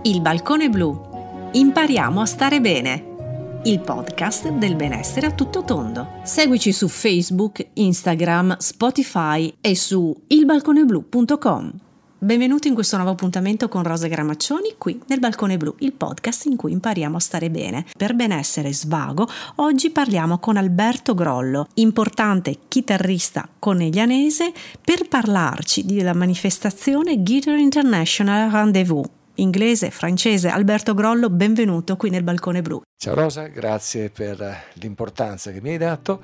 Il Balcone Blu. Impariamo a stare bene. Il podcast del benessere a tutto tondo. Seguici su Facebook, Instagram, Spotify e su ilbalconeblu.com. Benvenuti in questo nuovo appuntamento con Rosa Gramaccioni qui nel Balcone Blu, il podcast in cui impariamo a stare bene. Per benessere e svago, oggi parliamo con Alberto Grollo, importante chitarrista coneglianese, per parlarci della manifestazione Guitar International Rendezvous. Inglese, francese. Alberto Grollo, benvenuto qui nel Balcone Blu. Ciao Rosa, grazie per l'importanza che mi hai dato.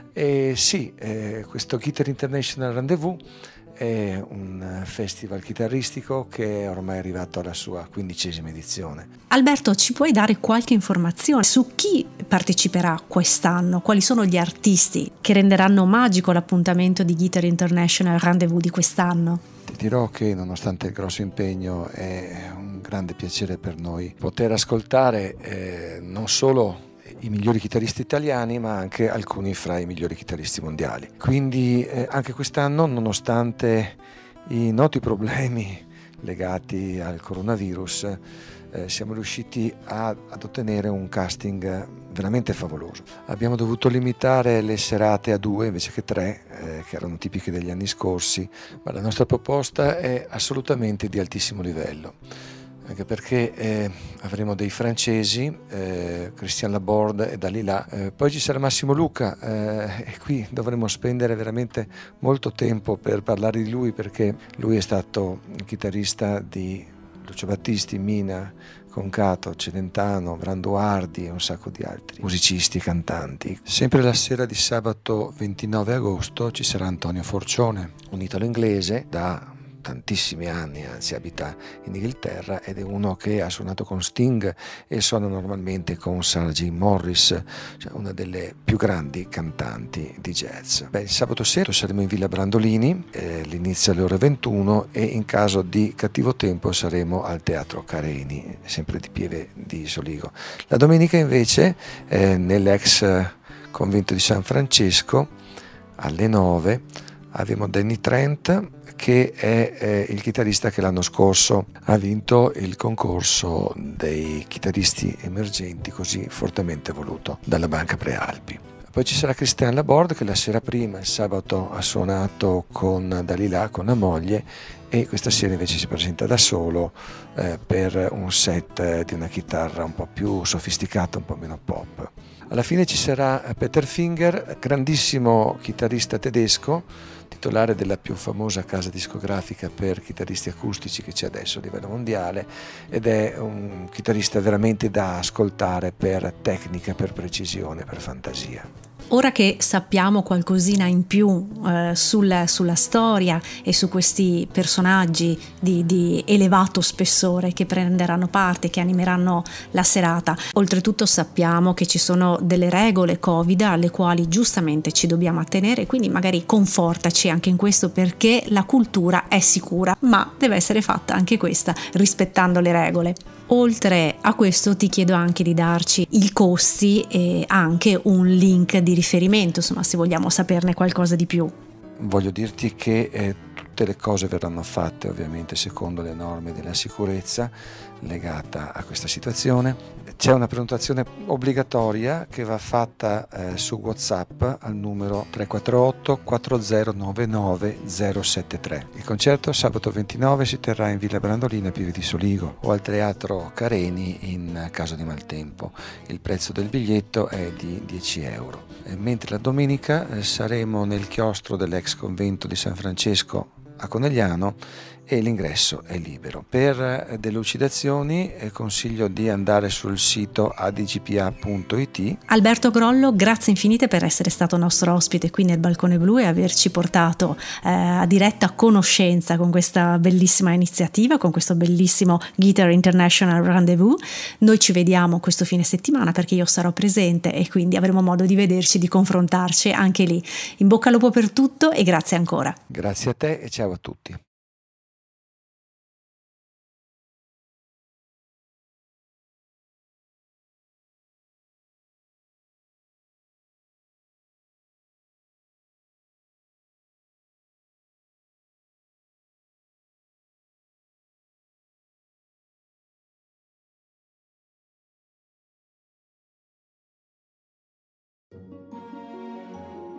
Questo Guitar International Rendezvous è un festival chitarristico che è ormai arrivato alla sua 15ª edizione. Alberto, ci puoi dare qualche informazione su chi parteciperà quest'anno? Quali sono gli artisti che renderanno magico l'appuntamento di Guitar International Rendezvous di quest'anno? Ti dirò che nonostante il grosso impegno è un grande piacere per noi poter ascoltare non solo i migliori chitarristi italiani, ma anche alcuni fra i migliori chitarristi mondiali. Quindi anche quest'anno, nonostante i noti problemi legati al coronavirus, siamo riusciti ad ottenere un casting veramente favoloso. Abbiamo dovuto limitare le serate a 2 invece che 3, che erano tipiche degli anni scorsi, ma la nostra proposta è assolutamente di altissimo livello. Anche perché avremo dei francesi, Christian Laborde e Dalila, poi ci sarà Massimo Luca e qui dovremo spendere veramente molto tempo per parlare di lui, perché lui è stato il chitarrista di Lucio Battisti, Mina, Concato, Celentano, Brando Hardy e un sacco di altri musicisti e cantanti. Sempre la sera di sabato 29 agosto ci sarà Antonio Forcione, un italo-inglese da tantissimi anni, anzi abita in Inghilterra ed è uno che ha suonato con Sting e suona normalmente con Sarah J. Morris, cioè una delle più grandi cantanti di jazz. Il sabato sera saremo in Villa Brandolini, l'inizio alle ore 21 e in caso di cattivo tempo saremo al Teatro Careni, sempre di Pieve di Soligo. La domenica invece nell'ex convento di San Francesco alle 9 abbiamo Danny Trent, che è il chitarrista che l'anno scorso ha vinto il concorso dei chitarristi emergenti così fortemente voluto dalla Banca Prealpi. Poi ci sarà Christian Laborde, che la sera prima, il sabato, ha suonato con Dalila, con la moglie, e questa sera invece si presenta da solo per un set di una chitarra un po' più sofisticata, un po' meno pop. Alla fine ci sarà Peter Finger, grandissimo chitarrista tedesco, titolare della più famosa casa discografica per chitarristi acustici che c'è adesso a livello mondiale, ed è un chitarrista veramente da ascoltare per tecnica, per precisione, per fantasia. Ora che sappiamo qualcosina in più sulla storia e su questi personaggi di elevato spessore che prenderanno parte, che animeranno la serata, oltretutto sappiamo che ci sono delle regole Covid alle quali giustamente ci dobbiamo attenere, quindi magari confortaci anche in questo, perché la cultura è sicura, ma deve essere fatta anche questa rispettando le regole. Oltre a questo ti chiedo anche di darci i costi e anche un link di riferimento, insomma, se vogliamo saperne qualcosa di più. Voglio dirti che tutte le cose verranno fatte ovviamente secondo le norme della sicurezza legata a questa situazione. C'è una prenotazione obbligatoria che va fatta su WhatsApp al numero 348 4099 073. Il concerto sabato 29 si terrà in Villa Brandolina, Pieve di Soligo, o al Teatro Careni in caso di maltempo. Il prezzo del biglietto è di 10 euro. Mentre la domenica saremo nel chiostro dell'ex convento di San Francesco a Conegliano e l'ingresso è libero. Per delucidazioni consiglio di andare sul sito adgpa.it. Alberto Grollo, grazie infinite per essere stato nostro ospite qui nel Balcone Blu e averci portato a diretta conoscenza con questa bellissima iniziativa, con questo bellissimo Guitar International Rendezvous. Noi ci vediamo questo fine settimana perché io sarò presente e quindi avremo modo di vederci, di confrontarci anche lì. In bocca al lupo per tutto e grazie ancora. Grazie a te e ciao a tutti.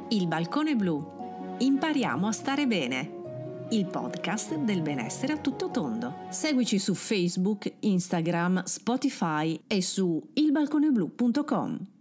Il Balcone Blu. Impariamo a stare bene. Il podcast del benessere a tutto tondo. Seguici su Facebook, Instagram, Spotify e su ilbalconeblu.com.